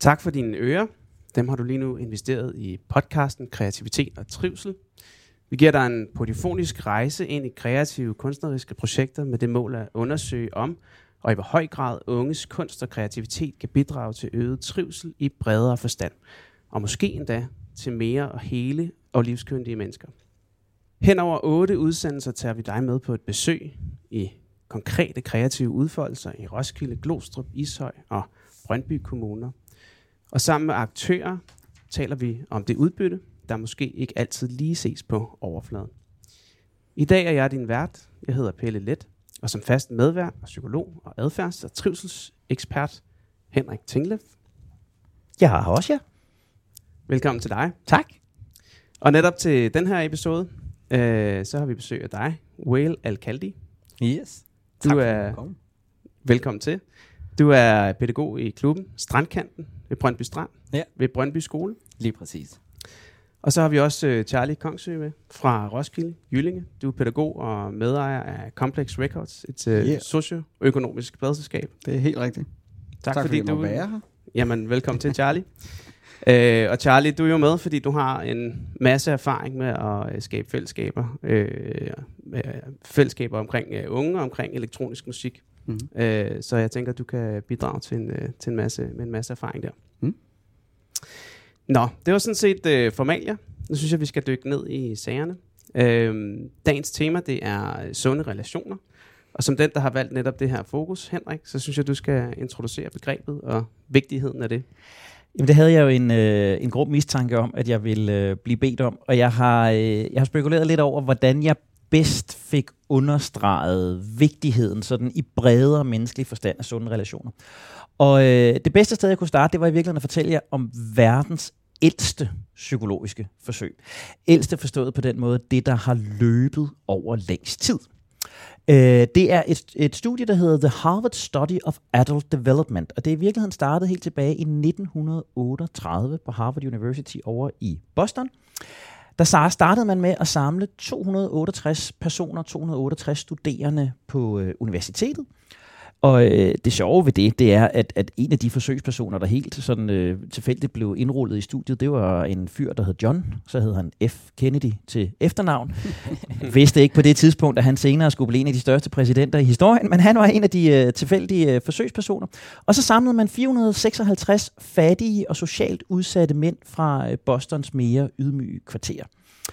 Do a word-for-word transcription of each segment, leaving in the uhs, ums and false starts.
Tak for dine ører. Dem har du lige nu investeret i podcasten Kreativitet og Trivsel. Vi giver dig en polyfonisk rejse ind i kreative kunstneriske projekter med det mål at undersøge om, og i hvor høj grad unges kunst og kreativitet kan bidrage til øget trivsel i bredere forstand, og måske endda til mere og hele og livskyndige mennesker. Hen over otte udsendelser tager vi dig med på et besøg i konkrete kreative udfoldelser i Roskilde, Glostrup, Ishøj og Brøndby kommuner. Og sammen med aktører taler vi om det udbytte, der måske ikke altid lige ses på overfladen. I dag er jeg din vært. Jeg hedder Pelle Let, og som fast medvært og psykolog og adfærds- og trivselsekspert Henrik Tingleff. Jeg har også, ja. Velkommen til dig. Tak. Og netop til den her episode, øh, så har vi besøg af dig, Wael Alkaldi. Yes. Du tak er velkommen. velkommen til. Du er pædagog i klubben Strandkanten ved Brøndby Strand, ja. ved Brøndby Skole. Lige præcis. Og så har vi også uh, Charlie Kongsø med fra Roskilde, Jyllinge. Du er pædagog og medejer af Complex Records, et uh, yeah. socioøkonomisk pladselskab. Det er helt rigtigt. Tak, tak fordi, fordi du må være her. Jamen, velkommen til, Charlie. uh, og Charlie, du er jo med, fordi du har en masse erfaring med at uh, skabe fællesskaber. Uh, uh, fællesskaber omkring uh, unge og omkring elektronisk musik. Mm-hmm. Uh, så jeg tænker, du kan bidrage til en, uh, til en masse, med en masse erfaring der. Mm. Nå, det var sådan set øh, formalia. Nu synes jeg, vi skal dykke ned i sagerne. Øhm, dagens tema, det er øh, sunde relationer. Og som den, der har valgt netop det her fokus, Henrik, så synes jeg, du skal introducere begrebet og vigtigheden af det. Jamen, det havde jeg jo en, øh, en grov mistanke om, at jeg ville øh, blive bedt om. Og jeg har, øh, jeg har spekuleret lidt over, hvordan jeg bedst fik understreget vigtigheden sådan i bredere menneskelig forstand af sunde relationer. Og øh, det bedste sted, jeg kunne starte, det var i virkeligheden at fortælle jer om verdens ældste psykologiske forsøg. Ældste forstået på den måde, det der har løbet over længst tid. Øh, det er et, et studie, der hedder The Harvard Study of Adult Development, og det er i virkeligheden startet helt tilbage i nitten otteogtredive på Harvard University over i Boston. Der startede man med at samle to hundrede og otteogtres personer, to hundrede og otteogtres studerende på øh, universitetet. Og øh, det sjove ved det, det er, at, at en af de forsøgspersoner, der helt sådan, øh, tilfældigt blev indrullet i studiet, det var en fyr, der hed John. Så hed han F. Kennedy til efternavn. Vidste ikke på det tidspunkt, at han senere skulle blive en af de største præsidenter i historien, men han var en af de øh, tilfældige øh, forsøgspersoner. Og så samlede man fire hundrede og seksoghalvtreds fattige og socialt udsatte mænd fra øh, Bostons mere ydmyge kvarterer.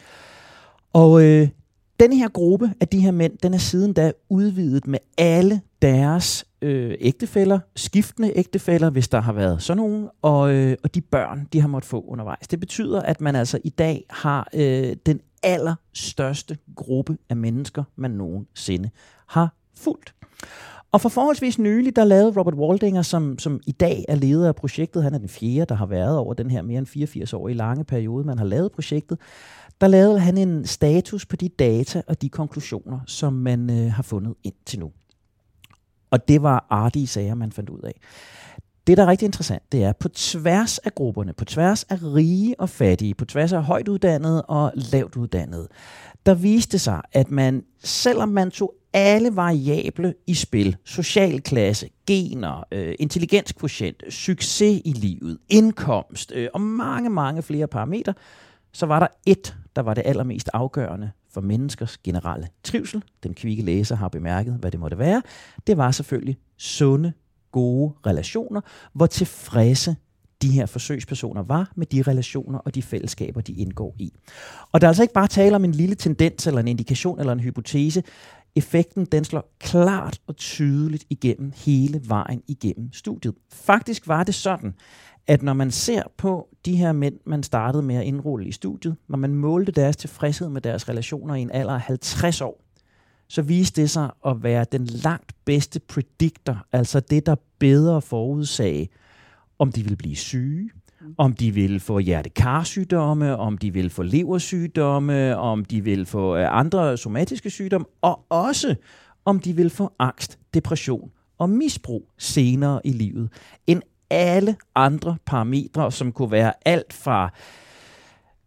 Og øh, denne her gruppe af de her mænd, den er siden da udvidet med alle deres øh, ægtefæller, skiftende ægtefæller, hvis der har været sådan nogen, og, øh, og de børn, de har måttet få undervejs. Det betyder, at man altså i dag har øh, den allerstørste gruppe af mennesker, man nogensinde har fulgt. Og for forholdsvis nylig, der lavede Robert Waldinger, som, som i dag er leder af projektet, han er den fjerde, der har været over den her mere end fireogfirs-årige lange periode, man har lavet projektet, der lavede han en status på de data og de konklusioner, som man øh, har fundet indtil nu. Og det var artige sager, man fandt ud af. Det, der er rigtig interessant, det er, på tværs af grupperne, på tværs af rige og fattige, på tværs af højt uddannede og lavt uddannede, der viste sig, at man, selvom man tog alle variable i spil, social klasse, gener, øh, intelligenskvotient, succes i livet, indkomst øh, og mange, mange flere parametre, så var der et, der var det allermest afgørende for menneskers generelle trivsel. Den kvikke læser har bemærket, hvad det måtte være. Det var selvfølgelig sunde, gode relationer, hvor tilfredse de her forsøgspersoner var med de relationer og de fællesskaber, de indgår i. Og der er altså ikke bare tale om en lille tendens, eller en indikation, eller en hypotese. Effekten, den slår klart og tydeligt igennem hele vejen igennem studiet. Faktisk var det sådan, at når man ser på de her mænd, man startede med at indrulle i studiet, når man målte deres tilfredshed med deres relationer i en alder af halvtreds år, så viste det sig at være den langt bedste predictor, altså det, der bedre forudsagde, om de ville blive syge, om de ville få hjertekarsygdomme, om de ville få leversygdomme, om de ville få andre somatiske sygdomme, og også om de ville få angst, depression og misbrug senere i livet, end alle andre parametre, som kunne være alt fra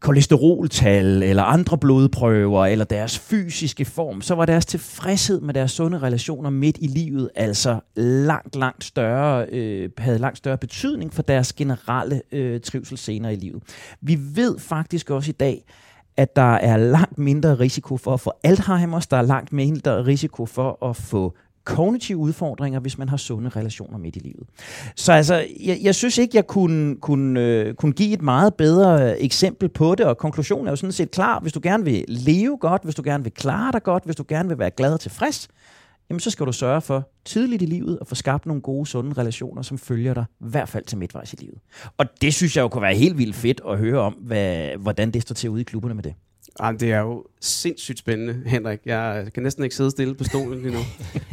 kolesteroltal, eller andre blodprøver, eller deres fysiske form, så var deres tilfredshed med deres sunde relationer midt i livet altså langt, langt større, øh, havde langt større betydning for deres generelle øh, trivsel senere i livet. Vi ved faktisk også i dag, at der er langt mindre risiko for at få Alzheimer's, der er langt mindre risiko for at få kognitive udfordringer, hvis man har sunde relationer midt i livet. Så altså, jeg, jeg synes ikke, jeg kunne, kunne, øh, kunne give et meget bedre eksempel på det, og konklusionen er jo sådan set klar. Hvis du gerne vil leve godt, hvis du gerne vil klare dig godt, hvis du gerne vil være glad og tilfreds, jamen så skal du sørge for tidligt i livet at få skabt nogle gode, sunde relationer, som følger dig i hvert fald til midtvejs i livet. Og det synes jeg jo kunne være helt vildt fedt at høre om, hvad, hvordan det står til ude i klubberne med det. Jamen, det er jo sindssygt spændende, Henrik. Jeg kan næsten ikke sidde stille på stolen lige nu.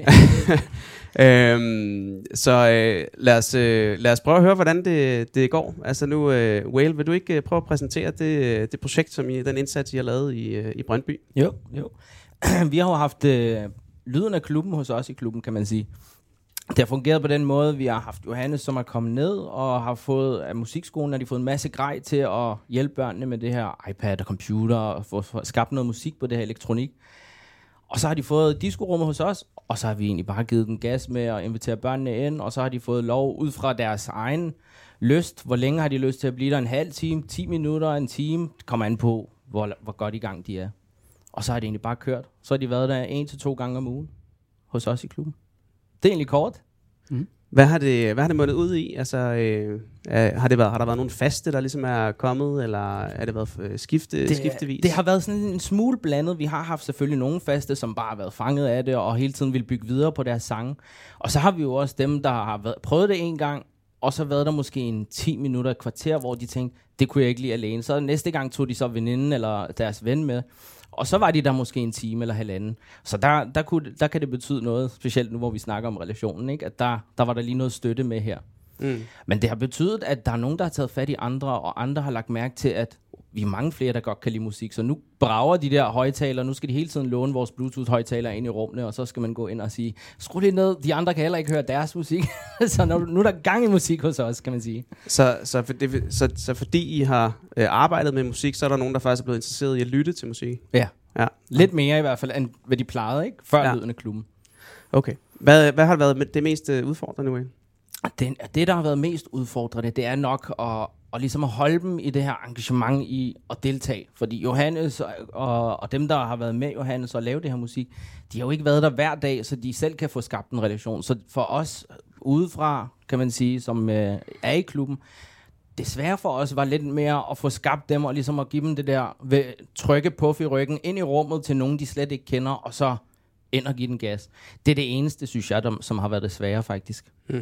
øhm, så øh, lad, os, øh, lad os prøve at høre, hvordan det, det går. Altså nu, øh, Whale, vil du ikke øh, prøve at præsentere det, det projekt, som I, den indsats, I har lavet i, øh, i Brøndby? Jo, jo. Vi har jo haft øh, lyden af klubben hos os i klubben, kan man sige. Det har fungeret på den måde, vi har haft Johannes, som er kommet ned og har fået af musikskolen, har de fået en masse grej til at hjælpe børnene med det her iPad og computer og få, få skabt noget musik på det her elektronik. Og så har de fået diskorummet hos os, og så har vi egentlig bare givet den gas med at invitere børnene ind, og så har de fået lov ud fra deres egen lyst. Hvor længe har de lyst til at blive der? En halv time, ti minutter, en time? Det kommer an på, hvor, hvor godt i gang de er. Og så har de egentlig bare kørt. Så har de været der en til to gange om ugen hos os i klubben. Det er egentlig kort. Mm. Hvad har det, hvad har det måttet ud i? Altså, øh, har, det været, har der været nogle faste, der ligesom er kommet, eller er det været øh, skifte, det, skiftevis? Det har været sådan en smule blandet. Vi har haft selvfølgelig nogle faste, som bare har været fanget af det, og hele tiden vil bygge videre på deres sange. Og så har vi jo også dem, der har været, prøvet det en gang, og så været der måske en ti minutter, et kvarter, hvor de tænkte, det kunne jeg ikke lide alene. Så næste gang tog de så veninden eller deres ven med. Og så var de der måske en time eller halvanden. Så der, der, kunne, der kan det betyde noget, specielt nu, hvor vi snakker om relationen, ikke? At der, der var der lige noget støtte med her. Mm. Men det har betydet, at der er nogen, der har taget fat i andre, og andre har lagt mærke til, at vi er mange flere, der godt kan lide musik. Så nu brager de der højtalere, nu skal de hele tiden låne vores Bluetooth-højtalere ind i rummene, og så skal man gå ind og sige, skru lidt ned, de andre kan heller ikke høre deres musik. Så nu, nu er der gang i musik hos os, kan man sige. Så, så, for det, så, så fordi I har øh, arbejdet med musik, så er der nogen, der faktisk er blevet interesseret i at lytte til musik? Ja, ja. Lidt mere i hvert fald, end hvad de plejede, ikke? Før ja. Lyden af klubben. Okay. Hvad, hvad har været det mest øh, udfordrende nu? Det, det, der har været mest udfordrende, det er nok at, og ligesom at holde dem i det her engagement i at deltage. Fordi Johannes og, og, og dem, der har været med Johannes og lave det her musik, de har jo ikke været der hver dag, så de selv kan få skabt en relation. Så for os udefra, kan man sige, som øh, er i klubben, det svære for os var lidt mere at få skabt dem og ligesom at give dem det der ved, trykke puff i ryggen ind i rummet til nogen, de slet ikke kender, og så ind og give den gas. Det er det eneste, synes jeg, der, som har været det svære faktisk. Hmm.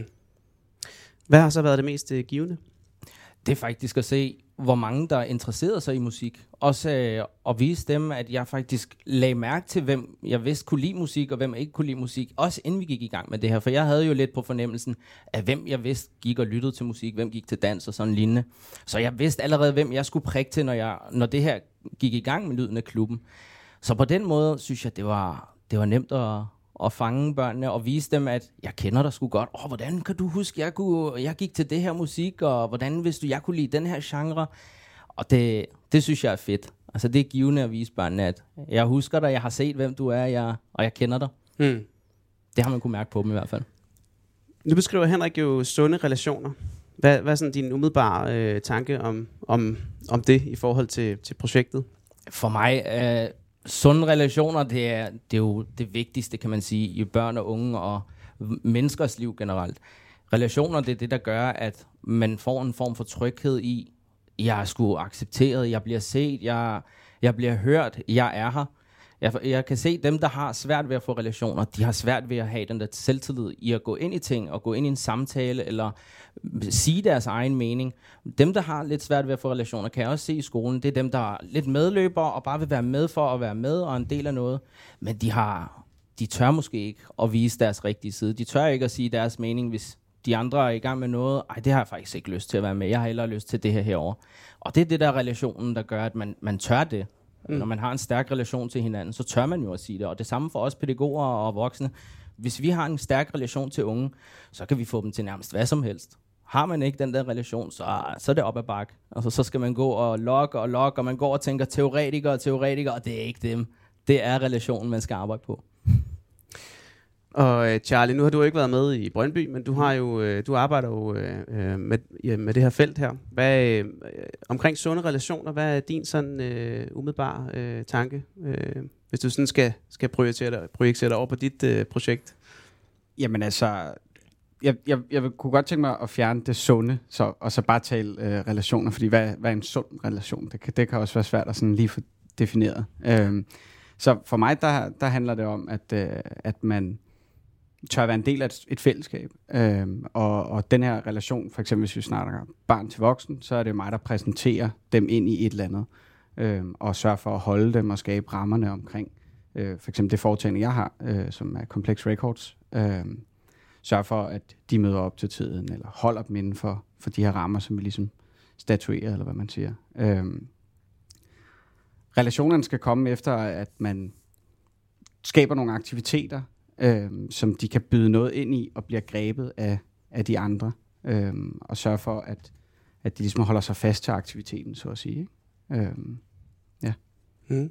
Hvad har så været det mest øh, givende? Det er faktisk at se, hvor mange der interesserede sig i musik. Også øh, at vise dem, at jeg faktisk lagde mærke til, hvem jeg vidste kunne lide musik, og hvem ikke kunne lide musik. Også inden vi gik i gang med det her. For jeg havde jo lidt på fornemmelsen, af hvem jeg vidste gik og lyttede til musik, hvem gik til dans og sådan lignende. Så jeg vidste allerede, hvem jeg skulle prikke til, når, jeg, når det her gik i gang med lyden af klubben. Så på den måde, synes jeg, det var, det var nemt at... og fange børnene og vise dem, at jeg kender dig sgu godt. Åh, hvordan kan du huske, jeg, kunne, jeg gik til det her musik, og hvordan vidste du, jeg kunne lide den her genre? Og det, det synes jeg er fedt. Altså, det er givende at vise børnene, at jeg husker dig, jeg har set, hvem du er, jeg, og jeg kender dig. Hmm. Det har man kunne mærke på dem i hvert fald. Nu beskriver Henrik jo sunde relationer. Hvad, hvad er sådan din umiddelbare øh, tanke om, om, om det i forhold til, til projektet? For mig... Øh, sunde relationer, det er, det er jo det vigtigste, kan man sige, i børn og unge og menneskers liv generelt. Relationer, det er det, der gør, at man får en form for tryghed i, jeg er sgu accepteret, jeg bliver set, jeg, jeg bliver hørt, jeg er her. Jeg, jeg kan se, dem, der har svært ved at få relationer, de har svært ved at have den der selvtillid i at gå ind i ting, og gå ind i en samtale, eller sige deres egen mening. Dem, der har lidt svært ved at få relationer, kan jeg også se i skolen, det er dem, der er lidt medløbere, og bare vil være med for at være med, og en del af noget. Men de har, de tør måske ikke at vise deres rigtige side. De tør ikke at sige deres mening, hvis de andre er i gang med noget. Ej, det har jeg faktisk ikke lyst til at være med. Jeg har hellere lyst til det her herovre. Og det er det der relationen, der gør, at man, man tør det. Mm. Når man har en stærk relation til hinanden, så tør man jo at sige det. Og det samme for os pædagoger og voksne. Hvis vi har en stærk relation til unge, så kan vi få dem til nærmest hvad som helst. Har man ikke den der relation, så, så er det op ad bakke. Altså, så skal man gå og logge og logge, og man går og tænker teoretikere og teoretikere, og det er ikke dem. Det er relationen, man skal arbejde på. Og Charlie, nu har du ikke været med i Brøndby, men du har jo du arbejder jo øh, med, ja, med det her felt her. Hvad øh, omkring sunde relationer, hvad er din sådan øh, umiddelbare øh, tanke, øh, hvis du sådan skal skal projicere dig, projicere dig over på dit øh, projekt? Jamen altså, jeg, jeg, jeg kunne godt tænke mig at fjerne det sunde, så, og så bare tale øh, relationer, fordi hvad, hvad er en sund relation? Det kan, det kan også være svært at sådan lige få defineret. Øh, så for mig, der, der handler det om, at, øh, at man tør være en del af et, et fællesskab. Øhm, og, og den her relation, for eksempel hvis vi snakker barn til voksen, så er det mig, der præsenterer dem ind i et eller andet, øhm, og sørger for at holde dem og skabe rammerne omkring. Øh, for eksempel det foretagende, jeg har, øh, som er Complex Records, øh, sørger for, at de møder op til tiden, eller holder dem inden for, for de her rammer, som vi ligesom statuerer, eller hvad man siger. Øh, relationerne skal komme efter, at man skaber nogle aktiviteter, Øhm, som de kan byde noget ind i og bliver grebet af, af de andre, øhm, og sørge for, at, at de ligesom holder sig fast til aktiviteten, så at sige. Øhm, ja. Mm.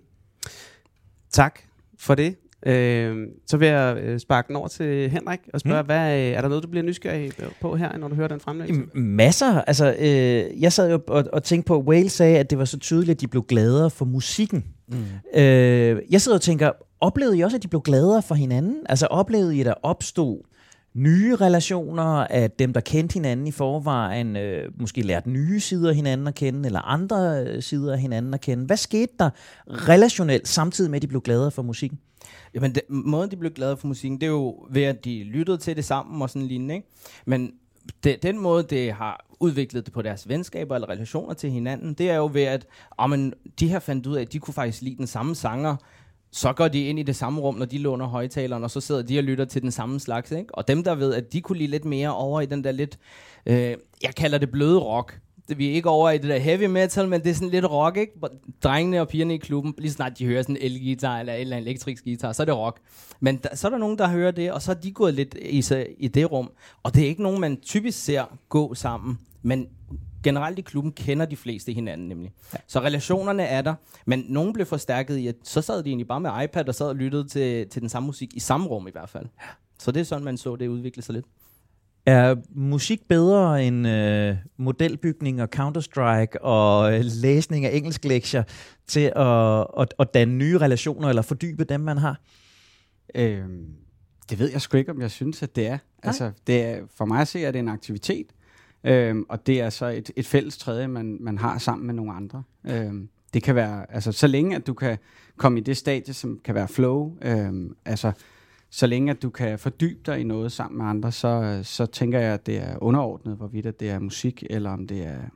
Tak for det. Øh, så vil jeg øh, sparke den over til Henrik og spørge, mm. hvad, er der noget, du bliver nysgerrig på her, når du hører den fremlæggelse? Masser. Altså, øh, jeg sad jo og, og tænkte på, at Whale sagde, at det var så tydeligt, at de blev gladere for musikken. Mm. Øh, jeg sidder og tænker, oplevede I også, at de blev gladere for hinanden? Altså oplevede I, at der opstod nye relationer, at dem, der kendte hinanden i forvejen, øh, måske lærte nye sider af hinanden at kende, eller andre øh, sider af hinanden at kende? Hvad skete der relationelt, samtidig med, at de blev gladere for musikken? Jamen, det, måden de blev glade for musikken, det er jo ved, at de lyttede til det sammen og sådan lignende, ikke? Men det, den måde, det har udviklet det på deres venskaber eller relationer til hinanden, det er jo ved, at oh, men, de her fandt ud af, at de kunne faktisk lide den samme sanger, så går de ind i det samme rum, når de låner højtaleren, og så sidder de og lytter til den samme slags, ikke? Og dem, der ved, at de kunne lide lidt mere over i den der lidt, øh, jeg kalder det bløde rock. Vi er ikke over i det der heavy metal, men det er sådan lidt rock, ikke? Drengene og pigerne i klubben, lige snart de hører sådan en elgitar eller en eller anden elektrisk guitar, så er det rock. Men der, så er der nogen, der hører det, og så er de gået lidt i, i det rum. Og det er ikke nogen, man typisk ser gå sammen, men generelt i klubben kender de fleste hinanden nemlig. Ja. Så relationerne er der, men nogen blev forstærket i, at så sad de egentlig bare med iPad og sad og lyttede til, til den samme musik i samme rum i hvert fald. Ja. Så det er sådan, man så det udvikle sig lidt. Er musik bedre end øh, modelbygning og Counter-Strike og øh, læsning af engelsklektier til at, at, at danne nye relationer eller fordybe dem, man har? Øhm, det ved jeg sgu ikke, om jeg synes, at det er. Altså, det er for mig at se, at det er en aktivitet, øhm, og det er så et, et fælles tredje, man, man har sammen med nogle andre. Øhm, det kan være, altså så længe at du kan komme i det stadie, som kan være flow, øhm, altså så længe at du kan fordybe dig i noget sammen med andre, så, så tænker jeg, at det er underordnet, hvorvidt at det er musik, eller om det er,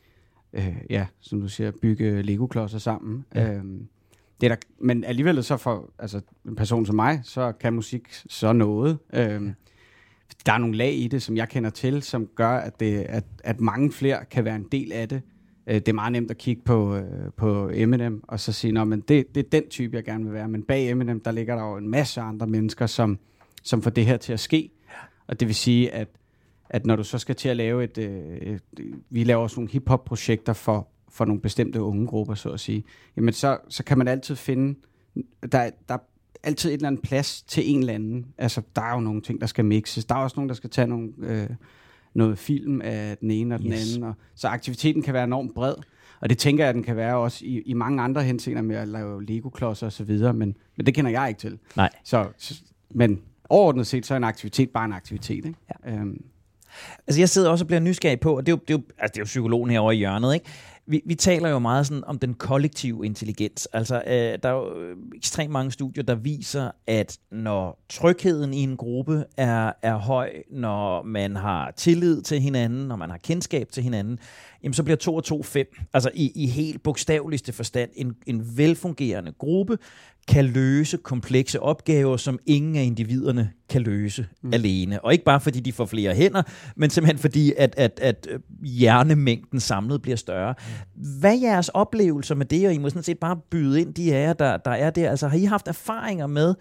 øh, ja, som du siger, bygge Lego-klodser sammen. Ja. Øhm, det er der, men alligevel så for altså, en person som mig, så kan musik så noget. Øhm, der er nogle lag i det, som jeg kender til, som gør, at, det, at, at mange flere kan være en del af det. Det er meget nemt at kigge på, øh, på Eminem, og så sige, at det, det er den type, jeg gerne vil være. Men bag Eminem, der ligger der jo en masse andre mennesker, som, som får det her til at ske. Og det vil sige, at, at når du så skal til at lave et... Øh, et vi laver også nogle hip-hop-projekter for, for nogle bestemte unge grupper, så at sige. Jamen, så, så kan man altid finde... Der, der er altid et eller andet plads til en eller anden. Altså, der er jo nogle ting, der skal mixes. Der er også nogen, der skal tage nogle... Øh, noget film af den ene og den yes. anden. Og, så aktiviteten kan være enormt bred. Og det tænker jeg, at den kan være også i, i mange andre henseender med at lave Lego-klodser og så videre, men, men det kender jeg ikke til. Nej. Så, så, men overordnet set, så er en aktivitet bare en aktivitet. Ikke? Ja. Øhm. Altså jeg sidder også og bliver nysgerrig på, og det er jo, det er jo, altså det er jo psykologen herovre i hjørnet, ikke? Vi, vi taler jo meget sådan om den kollektive intelligens. Altså, øh, der er jo ekstremt mange studier, der viser, at når trygheden i en gruppe er, er høj, når man har tillid til hinanden, når man har kendskab til hinanden, jamen så bliver to og to fem. Altså i, i helt bogstaveligste forstand, en, en velfungerende gruppe kan løse komplekse opgaver, som ingen af individerne kan løse mm. alene. Og ikke bare fordi de får flere hænder, men simpelthen fordi, at, at, at hjernemængden samlet bliver større. Hvad er jeres oplevelser med det, og I må sådan set bare byde ind de af jer, der, der er der? Altså har I haft erfaringer med,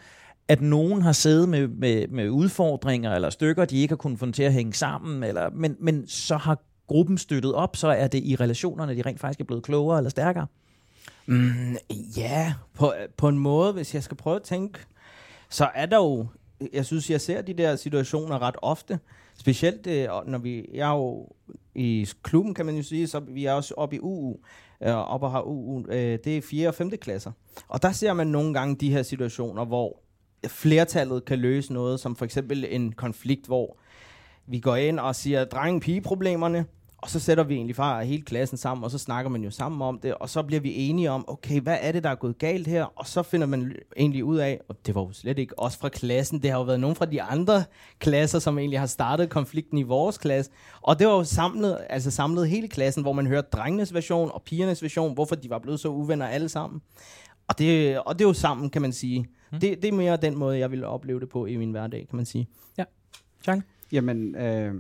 at nogen har siddet med, med, med udfordringer eller stykker, de ikke har kunnet få til at hænge sammen, eller, men, men så har gruppen støttet op, så er det i relationerne, de rent faktisk er blevet klogere eller stærkere? Mm, ja, på, på en måde, hvis jeg skal prøve at tænke, så er der jo, jeg synes, jeg ser de der situationer ret ofte, specielt når vi, jeg er jo i klubben, kan man jo sige, så vi er også oppe i U U, op og har U U, det er fjerde og femte klasser. Og der ser man nogle gange de her situationer, hvor flertallet kan løse noget, som for eksempel en konflikt, hvor vi går ind og siger, drenge-pige-problemerne, og så sætter vi egentlig fra hele klassen sammen, og så snakker man jo sammen om det, og så bliver vi enige om, okay, hvad er det, der er gået galt her? Og så finder man egentlig ud af, og det var jo slet ikke os fra klassen, det har jo været nogen fra de andre klasser, som egentlig har startet konflikten i vores klasse, og det var jo samlet, altså samlet hele klassen, hvor man hørte drengenes version og pigernes version, hvorfor de var blevet så uvenner alle sammen. Og det, og det er jo sammen, kan man sige. Hmm. Det, det er mere den måde, jeg vil opleve det på i min hverdag, kan man sige. Ja. Charlie? Jamen, øh...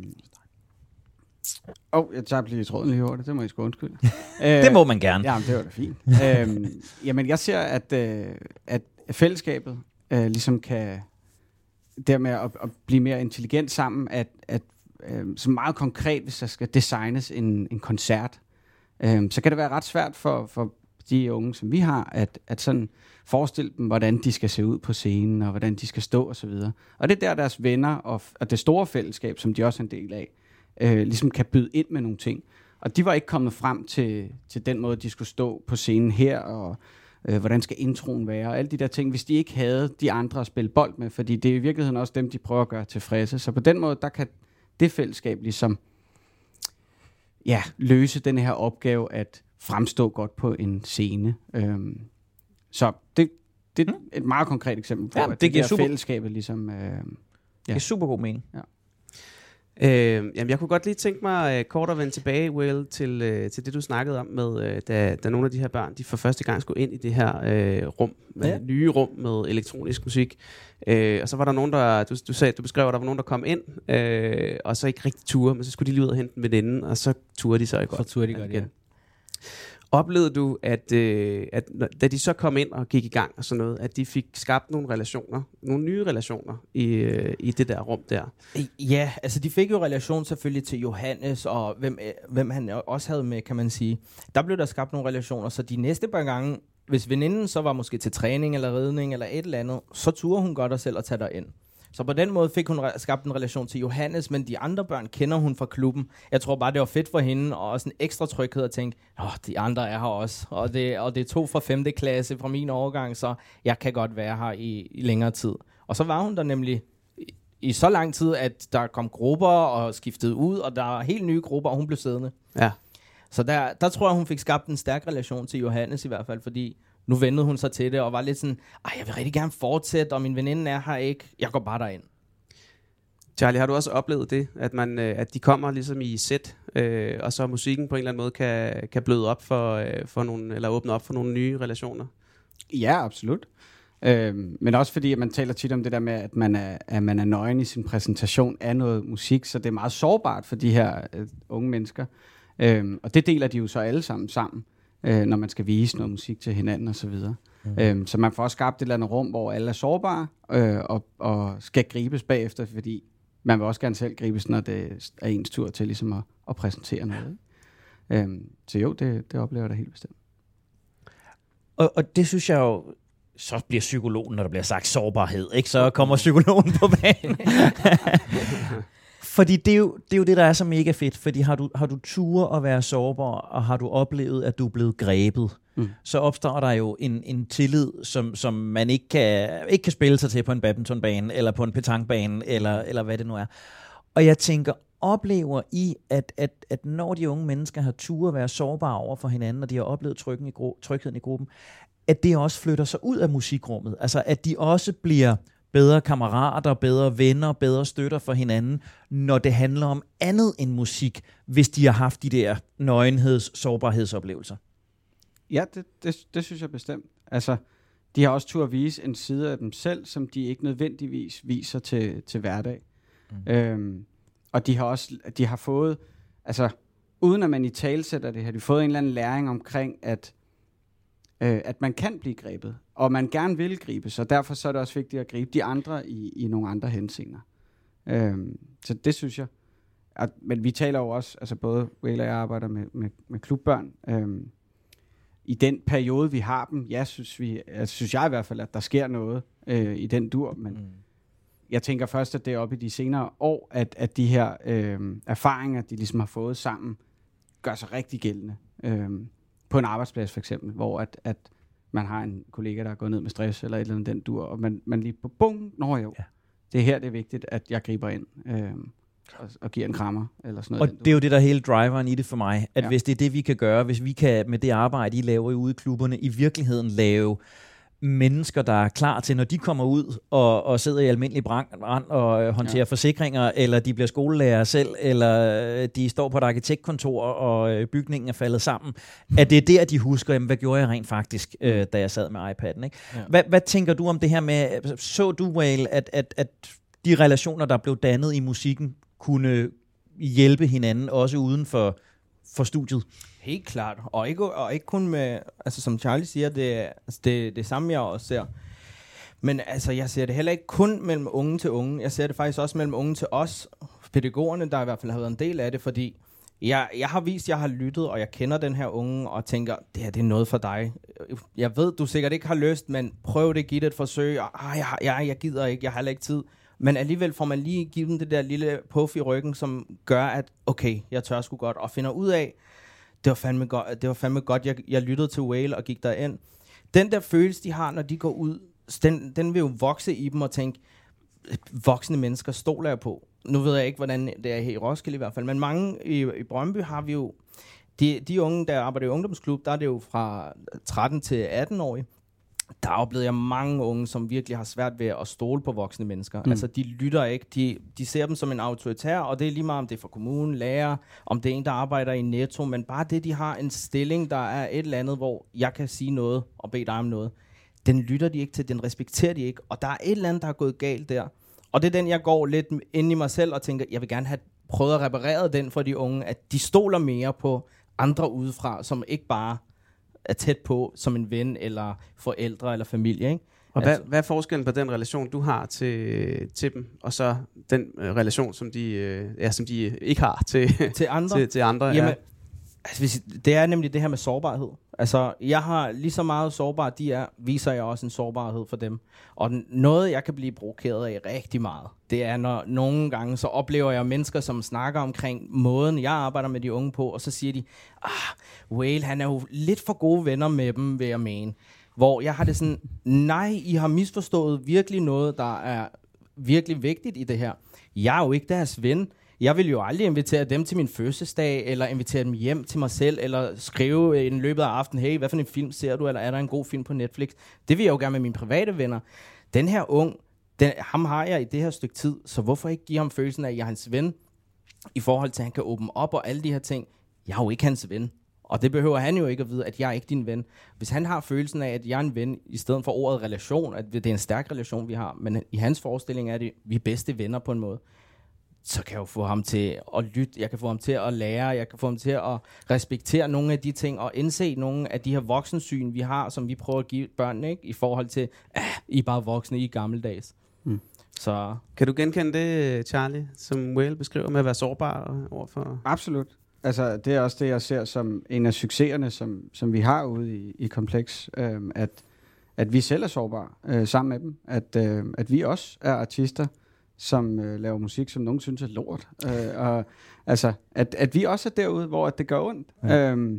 Åh, oh, jeg tager lige i tråden lige over det, det må jeg sgu undskylde. Det må man gerne. Jamen, det var da fint. øhm, jamen, jeg ser, at, øh, at fællesskabet øh, ligesom kan dermed at, at blive mere intelligent sammen, at, at øh, så meget konkret, hvis der skal designes en, en koncert, øh, så kan det være ret svært for, for de unge, som vi har, at, at sådan forestille dem, hvordan de skal se ud på scenen, og hvordan de skal stå og så videre. Og det er der, deres venner og, og det store fællesskab, som de også er en del af, Øh, ligesom kan byde ind med nogle ting. Og de var ikke kommet frem til, til den måde, de skulle stå på scenen her, og øh, hvordan skal introen være, og alle de der ting, hvis de ikke havde de andre at spille bold med, fordi det er i virkeligheden også dem, de prøver at gøre tilfredse. Så på den måde, der kan det fællesskab ligesom ja, løse den her opgave at fremstå godt på en scene. Øhm, så det, det er et meget konkret eksempel på, ja, at det, det, det der super, fællesskabet ligesom... Øh, ja. Det er super god mening. Ja. Øh, jamen, jeg kunne godt lige tænke mig øh, kort at vende tilbage, Will, til, øh, til det, du snakkede om med, øh, da, da nogle af de her børn, de for første gang skulle ind i det her øh, rum, med ja. nye rum med elektronisk musik. Øh, og så var der nogen, der, du, du sagde, du beskrev, at der var nogen, der kom ind, øh, og så ikke rigtig ture, men så skulle de lige ud og hente en veninde, og så turde de så ikke godt. Så turde de godt, ja. Oplevede du, at, øh, at da de så kom ind og gik i gang og sådan noget, at de fik skabt nogle relationer, nogle nye relationer i, øh, i det der rum der? Ja, altså de fik jo relation selvfølgelig til Johannes, og hvem, hvem han også havde med, kan man sige. Der blev der skabt nogle relationer, så de næste par gange, hvis veninden så var måske til træning eller ridning eller et eller andet, så turde hun godt og selv at tage derind. Så på den måde fik hun re- skabt en relation til Johannes, men de andre børn kender hun fra klubben. Jeg tror bare, det var fedt for hende, og også en ekstra tryghed at tænke, åh, de andre er her også. Og det, og det er to fra femte klasse fra min årgang, så jeg kan godt være her i, i længere tid. Og så var hun der nemlig i, i så lang tid, at der kom grupper og skiftede ud, og der var helt nye grupper, og hun blev siddende. Ja. Så der, der tror jeg, hun fik skabt en stærk relation til Johannes i hvert fald, fordi nu vendede hun sig til det, og var lidt sådan, ej, jeg vil rigtig gerne fortsætte, og min veninde er her ikke. Jeg går bare derind. Charlie, har du også oplevet det, at, man, øh, at de kommer ligesom i sæt, øh, og så musikken på en eller anden måde kan, kan bløde op for, øh, for nogle, eller åbne op for nogle nye relationer? Ja, absolut. Øhm, men også fordi, at man taler tit om det der med, at man er, at man er nøgen i sin præsentation af noget musik, så det er meget sårbart for de her øh, unge mennesker. Øhm, og det deler de jo så alle sammen sammen, øh, når man skal vise noget musik til hinanden og så videre. Mm. Øhm, så man får også skabt et eller andet rum, hvor alle er sårbare øh, og, og skal gribes bagefter, fordi man vil også gerne selv gribes, når det er ens tur til ligesom at, at præsentere noget. Øhm, så jo, det, det oplever jeg da helt bestemt. Og, og det synes jeg jo, så bliver psykologen, når der bliver sagt sårbarhed, ikke? Så kommer psykologen på banen. Fordi det er, jo, det er jo det, der er så mega fedt, fordi har du, har du tur at være sårbar, og har du oplevet, at du er blevet grebet, mm. så opstår der jo en, en tillid, som, som man ikke kan, ikke kan spille sig til på en badmintonbane, eller på en petankbane, eller, eller hvad det nu er. Og jeg tænker, oplever I, at, at, at når de unge mennesker har tur at være sårbare over for hinanden, og de har oplevet trygheden i, gru- trygheden i gruppen, at det også flytter sig ud af musikrummet? Altså, at de også bliver bedre kammerater, bedre venner, bedre støtter for hinanden, når det handler om andet end musik, hvis de har haft de der nøgenheds-, sårbarhedsoplevelser? Ja, det, det, det synes jeg bestemt. Altså, de har også tur at vise en side af dem selv, som de ikke nødvendigvis viser til, til hverdag. Mm. Øhm, og de har også de har fået, altså, uden at man i talesætter det, har de fået en eller anden læring omkring, at, øh, at man kan blive grebet og man gerne vil gribe, så derfor så er det også vigtigt at gribe de andre i, i nogle andre henseender. Øhm, så det synes jeg. At, men vi taler jo også, altså både Whale og jeg arbejder med, med, med klubbørn. Øhm, I den periode, vi har dem, ja, synes, vi, altså, synes jeg i hvert fald, at der sker noget øh, i den dur, men mm. jeg tænker først, at det er oppe i de senere år, at, at de her øh, erfaringer, de ligesom har fået sammen, gør sig rigtig gældende. Øh, på en arbejdsplads for eksempel, hvor at, at man har en kollega, der er gået ned med stress, eller et eller andet den dur, og man, man lige på bung, nå jo, ja. Det er her, det er vigtigt, at jeg griber ind øh, og, og giver en krammer, eller sådan noget. Og det er jo det, der er hele driveren i det for mig, at ja. hvis det er det, vi kan gøre, hvis vi kan med det arbejde, I laver ude i klubberne, i virkeligheden lave mennesker, der er klar til, når de kommer ud og, og sidder i almindelig brand, brand og øh, håndterer ja. forsikringer, eller de bliver skolelærer selv, eller øh, de står på et arkitektkontor, og øh, bygningen er faldet sammen, at det er der, de husker, jamen, hvad gjorde jeg rent faktisk, øh, da jeg sad med iPad'en. Ikke? Ja. Hvad, hvad tænker du om det her med, så du, Whale, at, at, at de relationer, der blev dannet i musikken, kunne hjælpe hinanden, også uden for, for studiet? Helt klart, og ikke, og ikke kun med, altså som Charlie siger, det er altså det, det samme, jeg også ser. Men altså, jeg ser det heller ikke kun mellem unge til unge, jeg ser det faktisk også mellem unge til os, pædagogerne, der i hvert fald har været en del af det, fordi jeg, jeg har vist, jeg har lyttet, og jeg kender den her unge, og tænker, det her det er noget for dig. Jeg ved, du sikkert ikke har lyst, men prøv det, giv det et forsøg, og ah, jeg, jeg, jeg gider ikke, jeg har heller ikke tid. Men alligevel får man lige givet dem det der lille puff i ryggen, som gør, at okay, jeg tør sgu godt, og finder ud af, det var fandme godt, det var fandme godt jeg, jeg lyttede til Whale og gik derind. Den der følelse, de har, når de går ud, den, den vil jo vokse i dem og tænke, voksne mennesker stoler jeg på. Nu ved jeg ikke, hvordan det er her i Roskilde i hvert fald, men mange i, i Brøndby har vi jo, de, de unge, der arbejder i ungdomsklub, der er det jo fra tretten til atten-årige. Der oplevede jeg mange unge, som virkelig har svært ved at stole på voksne mennesker. Mm. Altså, de lytter ikke. De, de ser dem som en autoritær, og det er lige meget, om det er fra kommunen, lærer, om det er en, der arbejder i Netto, men bare det, de har en stilling, der er et eller andet, hvor jeg kan sige noget og bede dig om noget. Den lytter de ikke til, den respekterer de ikke, og der er et eller andet, der er gået galt der. Og det er den, jeg går lidt ind i mig selv og tænker, jeg vil gerne have prøvet at reparere den for de unge, at de stoler mere på andre udefra, som ikke bare er tæt på som en ven, eller forældre, eller familie, ikke? Og altså, hvad, hvad er forskellen på den relation, du har til, til dem, og så den øh, relation, som de, øh, ja, som de ikke har til, til andre? til, til andre Jamen, ja. altså, det er nemlig det her med sårbarhed. Altså, jeg har lige så meget sårbar, de er, viser jeg også en sårbarhed for dem. Og noget, jeg kan blive provokeret af rigtig meget, det er, når nogle gange, så oplever jeg mennesker, som snakker omkring måden, jeg arbejder med de unge på, og så siger de, ah, Whale, han er jo lidt for gode venner med dem, vil jeg mene. Hvor jeg har det sådan, nej, I har misforstået virkelig noget, der er virkelig vigtigt i det her. Jeg er jo ikke deres ven. Jeg vil jo aldrig invitere dem til min fødselsdag, eller invitere dem hjem til mig selv, eller skrive i løbet af aftenen, hey, hvad for en film ser du, eller er der en god film på Netflix? Det vil jeg jo gerne med mine private venner. Den her ung, den, ham har jeg i det her stykke tid, så hvorfor ikke give ham følelsen af, at jeg er hans ven, i forhold til, at han kan åbne op og alle de her ting. Jeg er jo ikke hans ven, og det behøver han jo ikke at vide, at jeg er ikke din ven. Hvis han har følelsen af, at jeg er en ven, i stedet for ordet relation, at det er en stærk relation, vi har, men i hans forestilling er det, vi er bedste venner på en måde, så kan jeg jo få ham til at lytte, jeg kan få ham til at lære, jeg kan få ham til at respektere nogle af de ting, og indse nogle af de her voksensyn, vi har, som vi prøver at give børnene, ikke? I forhold til, ah, I er bare voksne, I er gammeldags. Mm. Så. Kan du genkende det, Charlie, som Whale beskriver med at være sårbar overfor? Absolut. Altså, det er også det, jeg ser som en af succeserne, som, som vi har ude i, i Kompleks, øh, at, at vi selv er sårbare øh, sammen med dem, at, øh, at vi også er artister, som øh, laver musik, som nogen synes er lort. Øh, og, altså, at, at vi også er derude, hvor at det gør ondt. Ja. Øhm,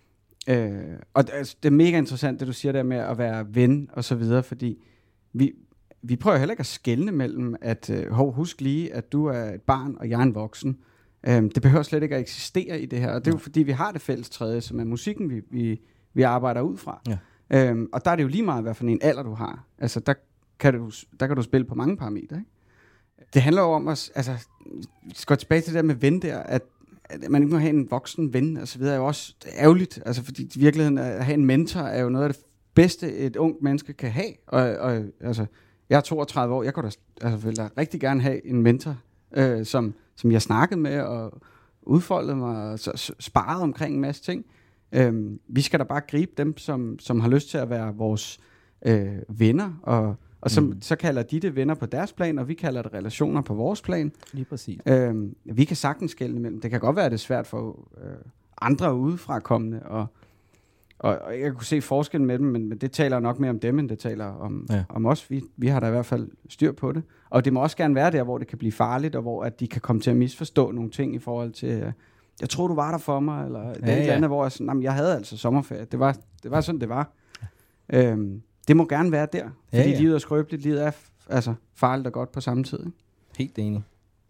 øh, og altså, det er mega interessant, det du siger der med at være ven og så videre, fordi vi, vi prøver heller ikke at skelne mellem, at øh, hov, husk lige, at du er et barn, og jeg er en voksen. Øhm, det behøver slet ikke at eksistere i det her, og det er jo fordi, vi har det fælles træde, som er musikken, vi, vi, vi arbejder ud fra. Ja. Øhm, og der er det jo lige meget, hvad for en alder du har. Altså, der kan du, der kan du spille på mange parametre, ikke? Det handler jo om at, altså, vi skal gå tilbage til det der med ven der, at, at man ikke må have en voksen ven, og så videre, er jo også ærgerligt, altså, fordi i virkeligheden at have en mentor er jo noget af det bedste, et ungt menneske kan have, og, og altså, jeg er toogtredive år, jeg kunne da, altså, vil da rigtig gerne have en mentor, øh, som, som jeg snakkede med, og udfoldede mig, og så, sparede omkring en masse ting. Øh, vi skal da bare gribe dem, som, som har lyst til at være vores øh, venner, og, og så, Mm. så kalder de det venner på deres plan, og vi kalder det relationer på vores plan. Lige præcis. Øh, vi kan sagtens skelne imellem. Det kan godt være, at det er svært for øh, andre udefra kommende, og, og, og jeg kunne se forskellen med dem, men, men det taler nok mere om dem, end det taler om, Ja. om os. Vi, vi har da i hvert fald styr på det. Og det må også gerne være der, hvor det kan blive farligt, og hvor at de kan komme til at misforstå nogle ting i forhold til, øh, jeg tror du var der for mig, eller det er Ja, et eller ja. andet, hvor jeg, sådan, "Jamen, jeg havde altså sommerferie. Det var, det var sådan, det var. Øhm, det må gerne være der, fordi Ja, ja. livet er skrøbeligt, livet er f- altså, farligt og godt på samme tid. Ikke? Helt enig.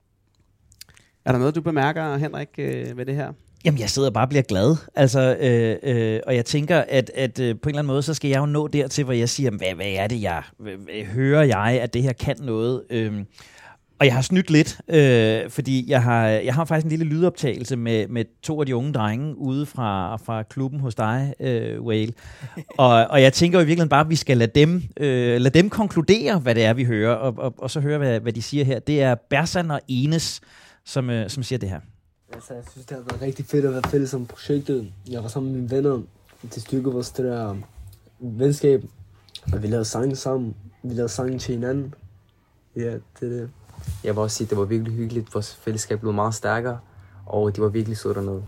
Er der noget, du bemærker, Henrik, øh, ved det her? Jamen, jeg sidder bare og bliver glad. Altså, øh, øh, og jeg tænker, at, at øh, på en eller anden måde, så skal jeg jo nå dertil, hvor jeg siger, hvad, hvad er det, jeg hvad, hvad, hører jeg, at det her kan noget? Øh, og jeg har snydt lidt, øh, fordi jeg har, jeg har faktisk en lille lydoptagelse med, med to af de unge drenge ude fra, fra klubben hos dig, øh, Whale. Og, og jeg tænker jo i virkeligheden bare, at vi skal lade dem, øh, lade dem konkludere, hvad det er, vi hører, og, og, og så høre, hvad, hvad de siger her. Det er Bersan og Enes, som, øh, som siger det her. Altså, jeg synes, det har været rigtig fedt at være fælles om projektet. Jeg var sammen med mine venner. Det styrkede vores det der venskab. Og vi lavede sange sammen. Vi lavede sange til hinanden. Ja, det er det. Jeg vil også sige, at det var virkelig hyggeligt. Vores fællesskab blev meget stærkere, og de var virkelig søde dernede.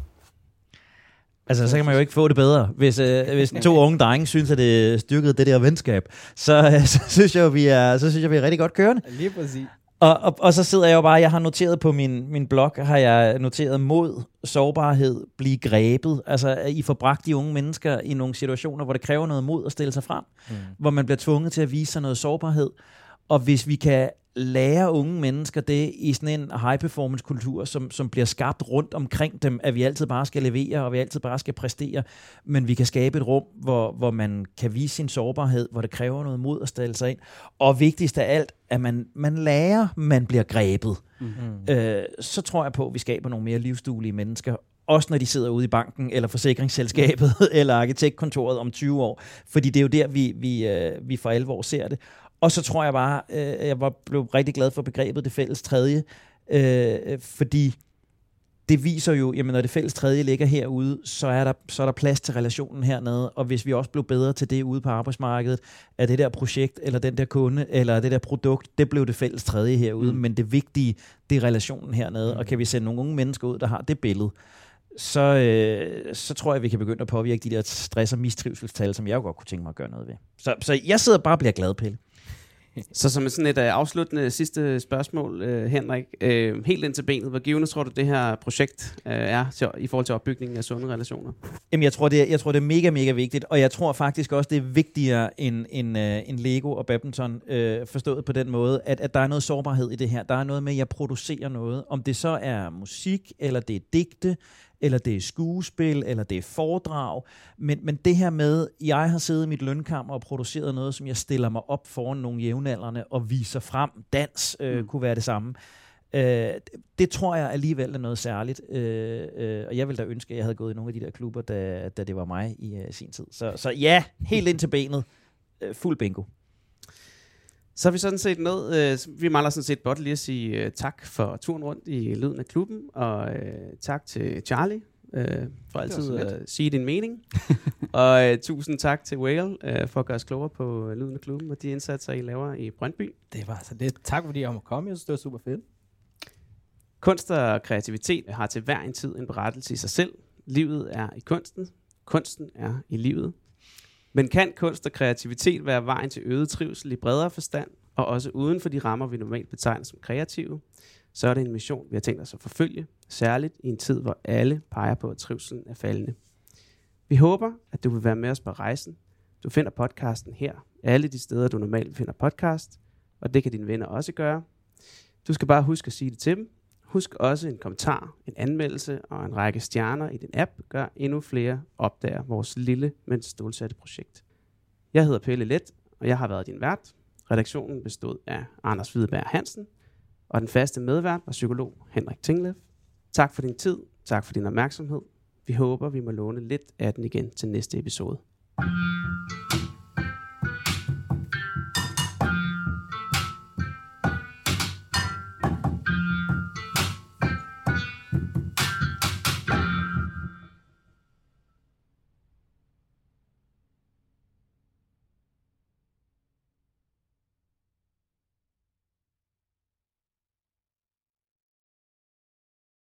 Altså, så kan man jo ikke få det bedre. Hvis, øh, hvis to unge drenge synes, at det styrkede det der venskab, så, øh, så synes jeg, vi er, så synes jeg, vi er rigtig godt kørende. Lige præcis. Og, og, og så sidder jeg jo bare, jeg har noteret på min, min blog, har jeg noteret mod sårbarhed, blive grebet. Altså, at I får bragt de unge mennesker i nogle situationer, hvor det kræver noget mod at stille sig frem, mm. hvor man bliver tvunget til at vise sig noget sårbarhed. Og hvis vi kan lære unge mennesker det i sådan en high-performance-kultur, som, som bliver skabt rundt omkring dem, at vi altid bare skal levere, og vi altid bare skal præstere, men vi kan skabe et rum, hvor, hvor man kan vise sin sårbarhed, hvor det kræver noget mod at stille sig ind. Og vigtigst af alt, at man, man lærer, man bliver grebet. Mm. Øh, så tror jeg på, at vi skaber nogle mere livsduelige mennesker, også når de sidder ude i banken, eller forsikringsselskabet, eller arkitektkontoret om tyve år. Fordi det er jo der, vi, vi, øh, vi for alvor ser det. Og så tror jeg bare, øh, jeg var blev rigtig glad for begrebet det fælles tredje, øh, fordi det viser jo, jamen når det fælles tredje ligger herude, så er, der, så er der plads til relationen hernede, og hvis vi også blev bedre til det ude på arbejdsmarkedet, at det der projekt, eller den der kunde, eller det der produkt, det blev det fælles tredje herude, mm. men det vigtige, det er relationen hernede, mm. og kan vi sende nogle unge mennesker ud, der har det billede, så, øh, så tror jeg, vi kan begynde at påvirke de der stress- og mistrivselstal, som jeg jo godt kunne tænke mig at gøre noget ved. Så, så jeg sidder bare og bliver glad, Pelle. Så som sådan et uh, afsluttende sidste spørgsmål, uh, Henrik, uh, helt ind til benet, hvor givende tror du, det her projekt uh, er til, i forhold til opbygningen af sunde relationer? Jamen, jeg tror, det er, jeg tror, det er mega, mega vigtigt, og jeg tror faktisk også, det er vigtigere end, end, uh, end Lego og badminton, uh, forstået på den måde, at, at der er noget sårbarhed i det her. Der er noget med, at jeg producerer noget. Om det så er musik, eller det er digte, eller det er skuespil, eller det er foredrag. Men, men det her med, jeg har siddet i mit lønkammer og produceret noget, som jeg stiller mig op foran nogle jævnaldrende og viser frem. Dans øh, mm. kunne være det samme. Øh, det, det tror jeg alligevel er noget særligt. Øh, øh, og jeg ville da ønske, at jeg havde gået i nogle af de der klubber, da, da det var mig i uh, sin tid. Så, så ja, helt ind til benet. Øh, fuld bingo. Så har vi sådan set nået, øh, vi mangler sådan set blot lige at sige øh, tak for turen rundt i Lyden af Klubben, og øh, tak til Charlie øh, for altid at øh, sige din mening. Og øh, tusind tak til Whale øh, for at gøre os klogere på øh, Lyden af Klubben og de indsatser, I laver i Brøndby. Det var altså det. Tak fordi jeg måtte komme. Jeg synes, det var super fedt. Kunst og kreativitet har til hver en tid en berettelse i sig selv. Livet er i kunsten. Kunsten er i livet. Men kan kunst og kreativitet være vejen til øget trivsel i bredere forstand, og også uden for de rammer, vi normalt betegner som kreative, så er det en mission, vi har tænkt os at forfølge, særligt i en tid, hvor alle peger på, at trivselen er faldende. Vi håber, at du vil være med os på rejsen. Du finder podcasten her, alle de steder, du normalt finder podcast, og det kan dine venner også gøre. Du skal bare huske at sige det til dem. Husk også en kommentar, en anmeldelse og en række stjerner i din app gør endnu flere opdager vores lille, men stålsatte projekt. Jeg hedder Pelle Let, og jeg har været din vært. Redaktionen bestod af Anders Hvideberg Hansen, og den faste medvært var psykolog Henrik Tinglev. Tak for din tid, tak for din opmærksomhed. Vi håber, vi må låne lidt af den igen til næste episode.